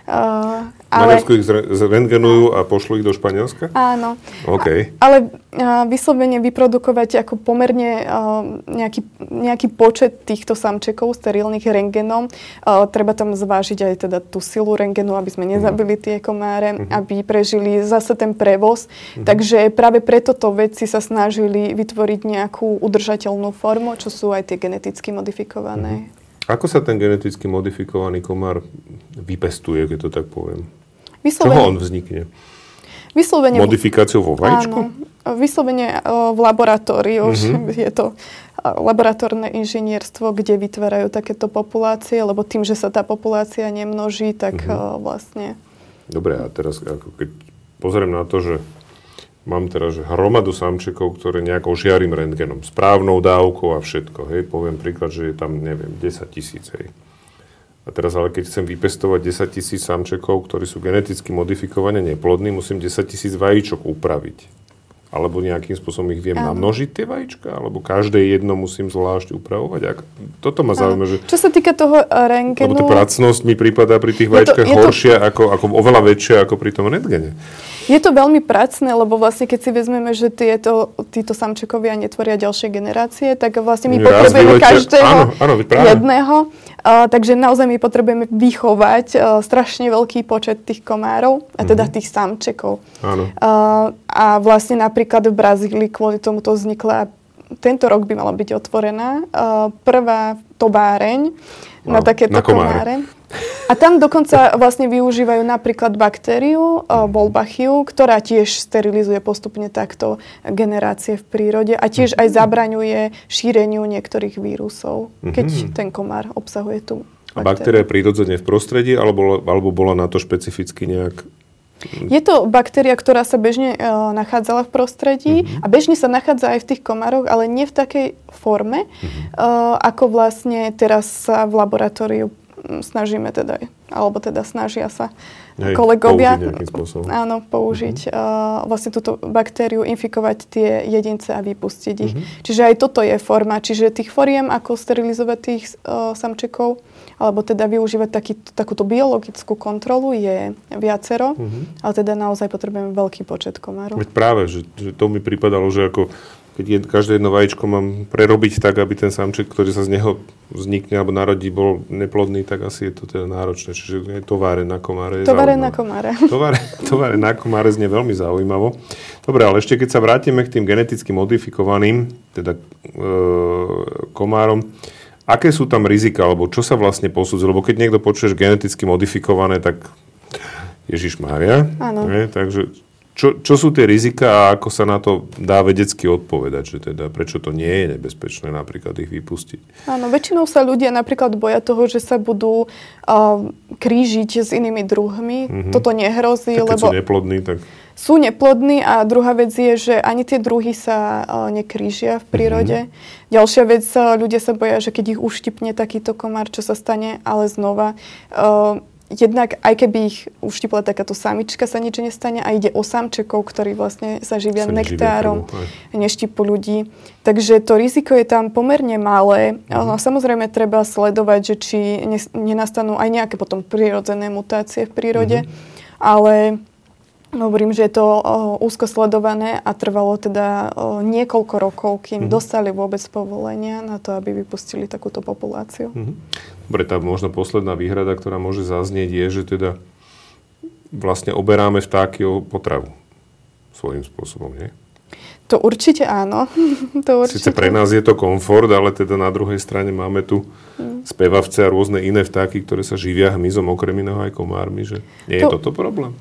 Uh, ale... Maďarsku ich zrentgenujú a pošlú ich do Španielska? Áno. Okay. A, ale uh, vyslovene vyprodukovať ako pomerne uh, nejaký, nejaký počet týchto samčekov sterilných rentgenom. Uh, treba tam zvážiť aj teda tú silu rentgenu, aby sme nezabili tie komáre, uh-huh. aby prežili zase ten prevoz. Uh-huh. Takže práve preto to vedci sa snažili vytvoriť nejakú udržateľnú formu, čo sú aj tie geneticky modifikované. Uh-huh. Ako sa ten geneticky modifikovaný komár vypestuje, keď to tak poviem? Vyslovene, čoho on vznikne? Vyslovene, Modifikáciou vo vajíčku? Áno. Vyslovene v laboratóriu. Mm-hmm. Je to laboratórne inžinierstvo, kde vytvárajú takéto populácie, lebo tým, že sa tá populácia nemnoží, tak mm-hmm. vlastne... Dobre, a teraz ako keď pozriem na to, že mám teraz že hromadu samčekov, ktoré nejakou žiarým rentgenom, správnou dávkou a všetko. Hej. Poviem príklad, že je tam, neviem, desaťtisíc. Hej. A teraz ale keď chcem vypestovať desaťtisíc samčekov, ktorí sú geneticky modifikované neplodní, musím desaťtisíc vajíčok upraviť. Alebo nejakým spôsobom ich viem Áno. namnožiť tie vajíčka? Alebo každé jedno musím zvlášť upravovať? Ak... Toto ma zaujíma, že... Čo sa týka toho rentgenu... Lebo tá pracnosť mi prípada pri tých vajíčkach horšia, to... ako, ako oveľa väčšia ako pri tom rentgene. Je to veľmi pracné, lebo vlastne keď si vezmeme, že tieto, títo samčekovia netvoria ďalšie generácie, tak vlastne my Raz potrebujeme vylete... každého áno, áno, jedného. Uh, takže naozaj my potrebujeme vychovať uh, strašne veľký počet tých komárov, a teda mm-hmm. tých samčekov. Áno. Uh, a vlastne napríklad v Brazílii kvôli tomuto vznikla, tento rok by mala byť otvorená, uh, prvá továreň wow, na takéto na komáre. A tam dokonca vlastne využívajú napríklad baktériu, uh, Wolbachiu, ktorá tiež sterilizuje postupne takto generácie v prírode a tiež aj zabraňuje šíreniu niektorých vírusov, keď mm-hmm. ten komár obsahuje tú baktériu. A baktéria je prirodzene v prostredí, alebo, alebo bola na to špecificky nejak... Je to baktéria, ktorá sa bežne uh, nachádzala v prostredí mm-hmm. a bežne sa nachádza aj v tých komároch, ale nie v takej forme, mm-hmm. uh, ako vlastne teraz sa v laboratóriu snažíme teda, alebo teda snažia sa Hej, kolegovia použiť áno, použiť uh-huh. uh, vlastne túto baktériu, infikovať tie jedince a vypustiť ich. Uh-huh. Čiže aj toto je forma. Čiže tých foriem, ako sterilizovať tých uh, samčekov, alebo teda využívať taký, takúto biologickú kontrolu je viacero, uh-huh. ale teda naozaj potrebujeme veľký počet komárov. Veď práve, že, že to mi pripadalo, že ako keď jed, každé jedno vajíčko mám prerobiť tak, aby ten samček, ktorý sa z neho vznikne alebo narodí, bol neplodný, tak asi je to teda náročné. Čiže továre na komáre je Továre na komáre. Továre, továre na komáre znie veľmi zaujímavo. Dobre, ale ešte keď sa vrátime k tým geneticky modifikovaným, teda e, komárom, aké sú tam rizika, alebo čo sa vlastne posudzuje? Lebo keď niekto počuješ geneticky modifikované, tak Ježišmária. Áno. Ne, takže Čo, čo sú tie rizika a ako sa na to dá vedecky odpovedať? Že teda, prečo to nie je nebezpečné napríklad ich vypustiť? Áno, väčšinou sa ľudia napríklad boja toho, že sa budú uh, krížiť s inými druhmi. Mm-hmm. Toto nehrozí, tak keď lebo... sú neplodní, tak... Sú neplodní a druhá vec je, že ani tie druhy sa uh, nekrížia v prírode. Mm-hmm. Ďalšia vec, uh, ľudia sa boja, že keď ich uštipne takýto komár, čo sa stane, ale znova... Uh, Jednak, aj keby ich uštipla takáto samička, sa nič nestane a ide o samčekov, ktorí vlastne sa živia sa nektárom, neštipu ľudí. Takže to riziko je tam pomerne malé. Uh-huh. Samozrejme, treba sledovať, že či nenastanú aj nejaké potom prirodzené mutácie v prírode, uh-huh. ale hovorím, že je to o, úzko sledované a trvalo teda o, niekoľko rokov, kým uh-huh. dostali vôbec povolenia na to, aby vypustili takúto populáciu. Uh-huh. Dobre, tá možno posledná výhrada, ktorá môže zaznieť, je, že teda vlastne oberáme vtáky o potravu svojím spôsobom, nie? To určite áno. to určite. Sice pre nás je to komfort, ale teda na druhej strane máme tu hmm. spevavce a rôzne iné vtáky, ktoré sa živia hmyzom, okrem iného aj komármi, že nie to... je toto problém?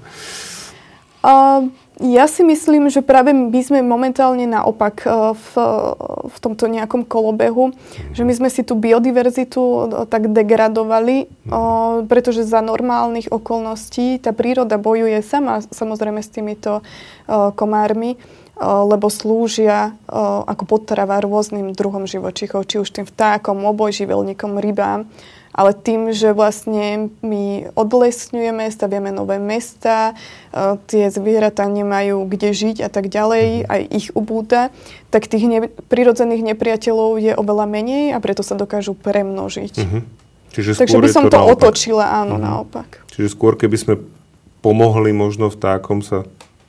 Uh, ja si myslím, že práve my sme momentálne naopak uh, v, v tomto nejakom kolobehu, mm. že my sme si tú biodiverzitu uh, tak degradovali, mm. uh, pretože za normálnych okolností tá príroda bojuje sama samozrejme s týmito uh, komármi. lebo slúžia ako potrava rôznym druhom živočíchov, či už tým vtákom, obojživelníkom, rybám. Ale tým, že vlastne my odlesňujeme, staviame nové mestá, tie zvieratá nemajú kde žiť a tak ďalej, aj ich ubúda, tak tých ne- prirodzených nepriateľov je oveľa menej a preto sa dokážu premnožiť. Uh-huh. Čiže Takže by som to, to otočila, áno, uh-huh. naopak. Čiže skôr, keby sme pomohli možno vtákom sa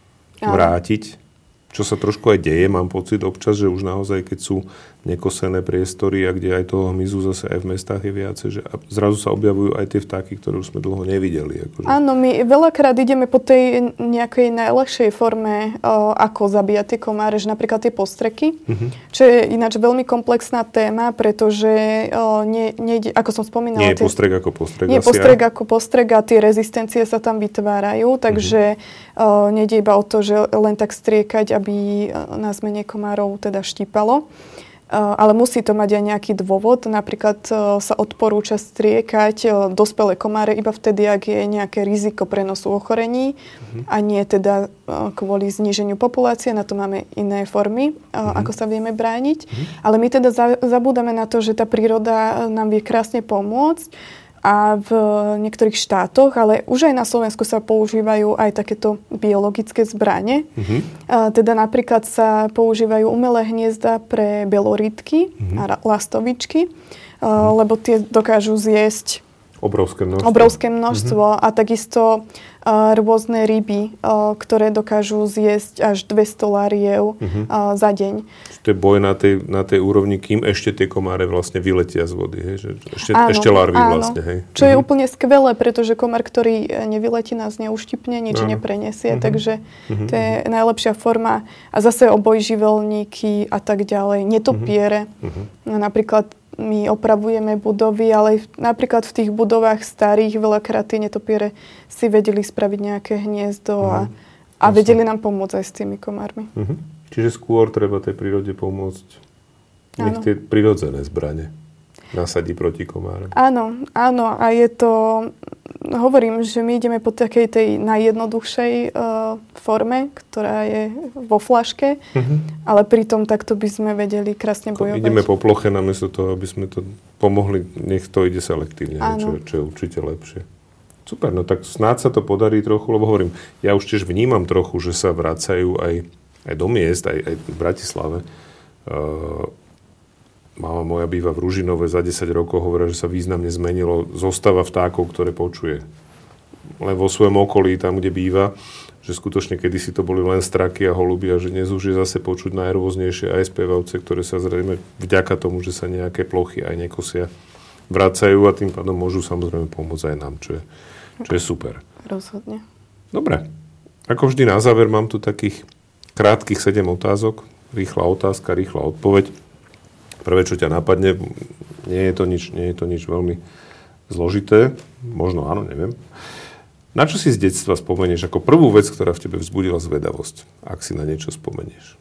vrátiť, áno. Čo sa trošku aj deje, mám pocit občas, že už naozaj, keď sú nekosené priestory a kde aj toho hmyzu zase aj v mestách je viacej, že zrazu sa objavujú aj tie vtáky, ktoré už sme dlho nevideli. Akože. Áno, my veľakrát ideme po tej nejakej najľahšej forme, o, ako zabíjať tie komáre, že napríklad tie postreky, uh-huh. čo je ináč veľmi komplexná téma, pretože o, nie, nejde, ako som spomínala... Nie je tie, postrek ako postrek. Nie je postrek ako postrek a tie rezistencie sa tam vytvárajú, takže uh-huh. o, nejde iba o to, že len tak striekať, aby nás menej komárov teda štípalo. Ale musí to mať aj nejaký dôvod. Napríklad sa odporúča striekať dospelé komáre iba vtedy, ak je nejaké riziko prenosu ochorení mm-hmm. a nie teda kvôli zníženiu populácie. Na to máme iné formy, mm-hmm. ako sa vieme brániť. Mm-hmm. Ale my teda zabúdame na to, že tá príroda nám vie krásne pomôcť. A v niektorých štátoch, ale už aj na Slovensku sa používajú aj takéto biologické zbrane. Mm-hmm. A teda napríklad sa používajú umelé hniezda pre belorytky mm-hmm. a lastovičky, mm-hmm. lebo tie dokážu zjesť obrovské množstvo, obrovské množstvo mm-hmm. a takisto uh, rôzne ryby, uh, ktoré dokážu zjesť až dvesto lariev mm-hmm. uh, za deň. To je boj na tej, na tej úrovni, kým ešte tie komáre vlastne vyletia z vody. Hej? Že ešte, áno, ešte larvy áno. vlastne. Hej? Čo mm-hmm. je úplne skvelé, pretože komár, ktorý nevyletí, nás neuštipne, nič áno. neprenesie. Mm-hmm. Takže mm-hmm. to je najlepšia forma. A zase obojživelníky a tak ďalej. Netopiere. Mm-hmm. Napríklad my opravujeme budovy, ale napríklad v tých budovách starých veľakrát tie netopiere si vedeli spraviť nejaké hniezdo a, a vedeli nám pomôcť aj s tými komármi. Uh-huh. Čiže skôr treba tej prírode pomôcť. Nech tie prirodzené zbrane nasadí proti komárom. Áno, áno. A je to... Hovorím, že my ideme po takej tej najjednoduchšej uh, forme, ktorá je vo fľaške, uh-huh. ale pritom takto by sme vedeli krásne bojovať. Ideme po ploche namiesto toho, aby sme to pomohli, nech to ide selektívne, čo, čo je určite lepšie. Super, no tak snáď sa to podarí trochu, lebo hovorím, ja už tiež vnímam trochu, že sa vracajú aj, aj do miest, aj, aj v Bratislave. Uh, Mama moja býva v Ružinove, za desať rokov hovorí, že sa významne zmenilo zostava vtákov, ktoré počuje. Len vo svojom okolí, tam, kde býva, že skutočne kedysi to boli len straky a holuby a že dnes už je zase počuť najrôznejšie aj spievavce, ktoré sa zrejme vďaka tomu, že sa nejaké plochy aj nekosia, vracajú a tým pádom môžu samozrejme pomôcť aj nám, čo je, čo je super. Rozhodne. Dobre. Ako vždy na záver mám tu takých krátkych sedem otázok. Rýchla otázka, rýchla odpoveď. Prvé, čo ťa napadne, nie je to nič, nie je to nič veľmi zložité. Možno áno, neviem. Na čo si z detstva spomenieš ako prvú vec, ktorá v tebe vzbudila zvedavosť? Ak si na niečo spomenieš.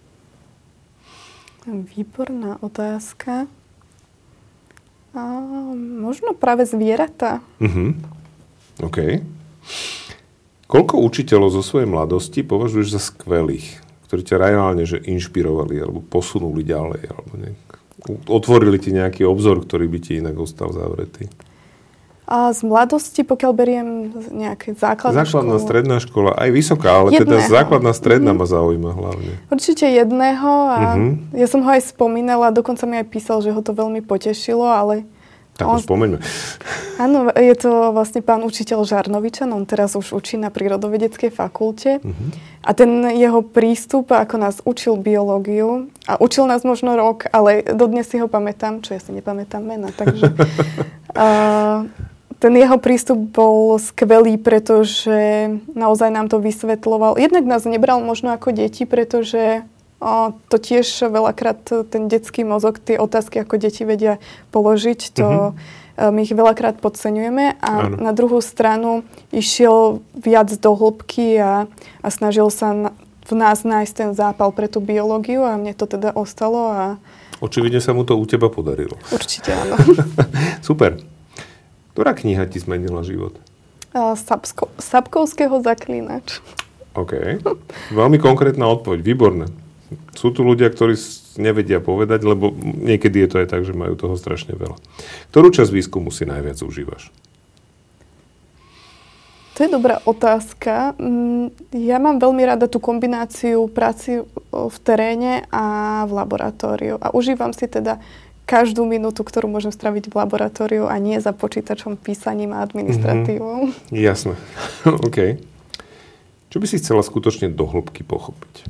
Výborná otázka. A možno práve zvieratá. Uh-huh. OK. Koľko učiteľov zo svojej mladosti považuješ za skvelých, ktorí ťa reálne že inšpirovali alebo posunuli ďalej, alebo nejak, otvorili ti nejaký obzor, ktorý by ti inak ostal zavretý? A z mladosti, pokiaľ beriem nejaké základná, základná škola. stredná škola, aj vysoká, ale jedného. Teda základná stredná mm-hmm. ma zaujíma hlavne. Určite jedného a mm-hmm. ja som ho aj spomínala, dokonca mi aj písal, že ho to veľmi potešilo, ale... Tak on... spomeňme. Áno, je to vlastne pán učiteľ Žarnovičan, on teraz už učí na prírodovedeckej fakulte. Uh-huh. A ten jeho prístup, ako nás učil biológiu, a učil nás možno rok, ale dodnes si ho pamätám, čo ja si nepamätám mena, takže... uh, ten jeho prístup bol skvelý, pretože naozaj nám to vysvetľoval. Jednak nás nebral možno ako deti, pretože... O, to tiež veľakrát ten detský mozog, tie otázky, ako deti vedia položiť, to mm-hmm. my ich veľakrát podceňujeme. A áno. Na druhú stranu išiel viac do hĺbky a, a snažil sa na, v nás nájsť ten zápal pre tú biológiu a mne to teda ostalo. A... Očividne sa mu to u teba podarilo. Určite áno. Super. Ktorá kniha ti zmenila život? Sapsko, Sapkovského Zaklínač. OK. Veľmi konkrétna odpoveď. Výborné. Sú tu ľudia, ktorí nevedia povedať, lebo niekedy je to aj tak, že majú toho strašne veľa. Ktorú časť výskumu si najviac užívaš? To je dobrá otázka. Ja mám veľmi rada tú kombináciu práci v teréne a v laboratóriu. A užívam si teda každú minútu, ktorú môžem straviť v laboratóriu a nie za počítačom, písaním a administratívou. Mm-hmm. Jasné. OK. Čo by si chcela skutočne do hĺbky pochopiť?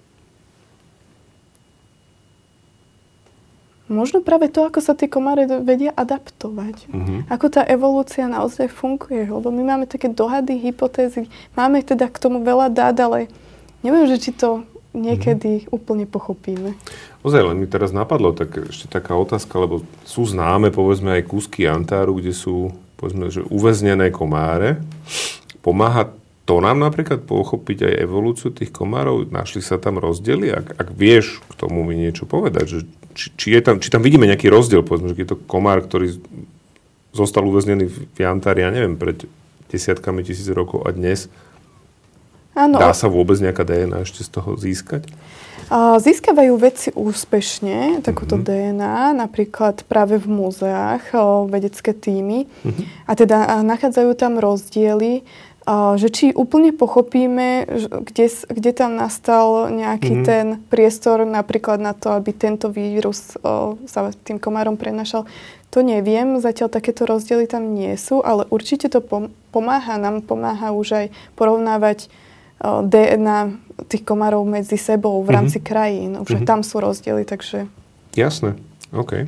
Možno práve to, ako sa tie komáre vedia adaptovať. Mm-hmm. Ako tá evolúcia naozaj funguje. Lebo my máme také dohady, hypotézy. Máme teda k tomu veľa dát, ale neviem, že či to niekedy mm-hmm. úplne pochopíme. Ozaj, len mi teraz napadlo tak, ešte taká otázka, lebo sú známe, povedzme, aj kúsky Antáru, kde sú, povedzme, že uväznené komáre. Pomáha to nám napríklad pochopiť aj evolúciu tých komárov? Našli sa tam rozdiely? Ak, ak vieš k tomu mi niečo povedať, že či, či, je tam, či tam vidíme nejaký rozdiel, povedzme, že je to komár, ktorý zostal uväznený v Antári, ja neviem, pred desiatkami tisíc rokov a dnes. Áno. Dá sa vôbec nejaká dé en á ešte z toho získať? Získavajú vedci úspešne takúto uh-huh. dé en á, napríklad práve v múzeách, vedecké tímy. Uh-huh. A teda nachádzajú tam rozdiely, že či úplne pochopíme, kde, kde tam nastal nejaký uh-huh. ten priestor napríklad na to, aby tento vírus sa tým komárom prenašal. To neviem, zatiaľ takéto rozdiely tam nie sú, ale určite to pomáha. Nám pomáha už aj porovnávať dé en á tých komárov medzi sebou v rámci mm-hmm. krajín. Už mm-hmm. tam sú rozdiely, takže... Jasné, OK.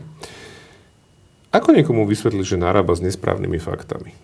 Ako niekomu vysvetliť, že narába s nesprávnymi faktami?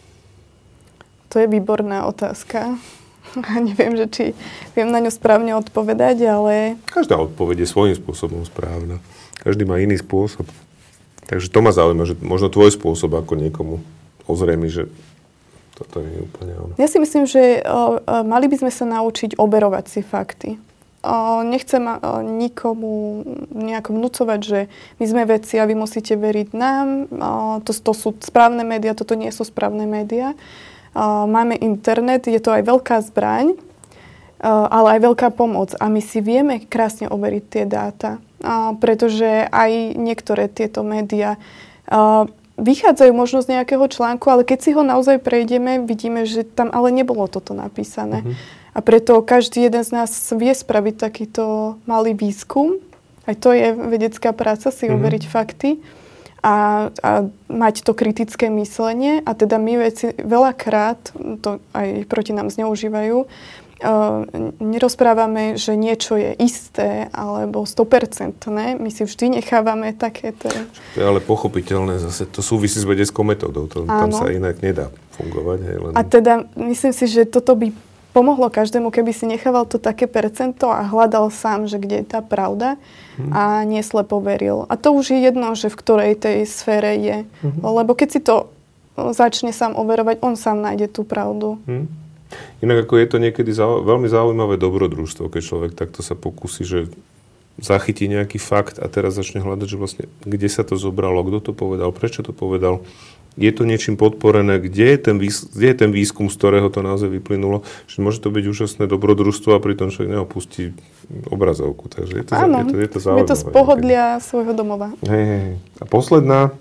To je výborná otázka. A neviem, že či viem na ňu správne odpovedať, ale... Každá odpoveď je svojím spôsobom správna. Každý má iný spôsob. Takže to ma zaujíma, že možno tvoj spôsob ako niekomu ozrejmi, že toto nie je úplne ono. Ja si myslím, že o, o, mali by sme sa naučiť overovať si fakty. O, nechcem o, nikomu nejako vnúcovať, že my sme vedci a vy musíte veriť nám. O, to, to sú správne médiá, toto nie sú správne médiá. O, máme internet, je to aj veľká zbraň, o, ale aj veľká pomoc. A my si vieme krásne overiť tie dáta. O, pretože aj niektoré tieto médiá o, vychádzajú možno z nejakého článku, ale keď si ho naozaj prejdeme, vidíme, že tam ale nebolo toto napísané. Uh-huh. A preto každý jeden z nás vie spraviť takýto malý výskum. Aj to je vedecká práca, si uh-huh. overiť fakty a, a mať to kritické myslenie. A teda my veci veľakrát, to aj proti nám zneužívajú, Uh, nerozprávame, že niečo je isté alebo sto percent. My si vždy nechávame takéto... To je ale pochopiteľné zase. To súvisí s vedeckou metódou. To, tam sa inak nedá fungovať. Hej, len... A teda myslím si, že toto by pomohlo každému, keby si nechával to také percento a hľadal sám, že kde je tá pravda hmm. a nie slepo veril. A to už je jedno, že v ktorej tej sfére je. Hmm. Lebo keď si to začne sám overovať, on sám nájde tú pravdu. Hmm. Inak ako je to niekedy zau, veľmi zaujímavé dobrodružstvo, keď človek takto sa pokúsi, že zachytí nejaký fakt a teraz začne hľadať, že vlastne kde sa to zobralo, kto to povedal, prečo to povedal, je to niečím podporené, kde je ten, výs, kde je ten výskum, z ktorého to naozaj vyplynulo, že môže to byť úžasné dobrodružstvo a pritom človek neopustí obrazovku. Takže je to, áno, je to, je to zaujímavé. Je to z pohodlia niekedy svojho domova. Hej, hej. A posledná,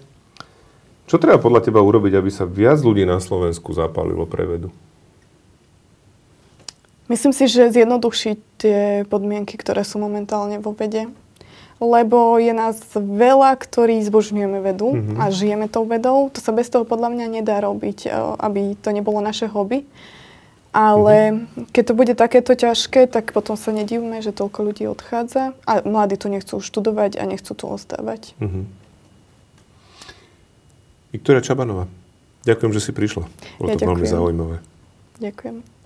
čo treba podľa teba urobiť, aby sa viac ľudí na Slovensku zapálilo pre vedu? Myslím si, že zjednodušiť tie podmienky, ktoré sú momentálne vo vede. Lebo je nás veľa, ktorí zbožňujeme vedu mm-hmm. a žijeme tou vedou. To sa bez toho podľa mňa nedá robiť, aby to nebolo naše hobby. Ale mm-hmm. keď to bude takéto ťažké, tak potom sa nedivme, že toľko ľudí odchádza. A mladí tu nechcú študovať a nechcú tu ostávať. Mm-hmm. Viktória Čabanová, ďakujem, že si prišla. Bolo ja to ďakujem. veľmi zaujímavé. Ďakujem.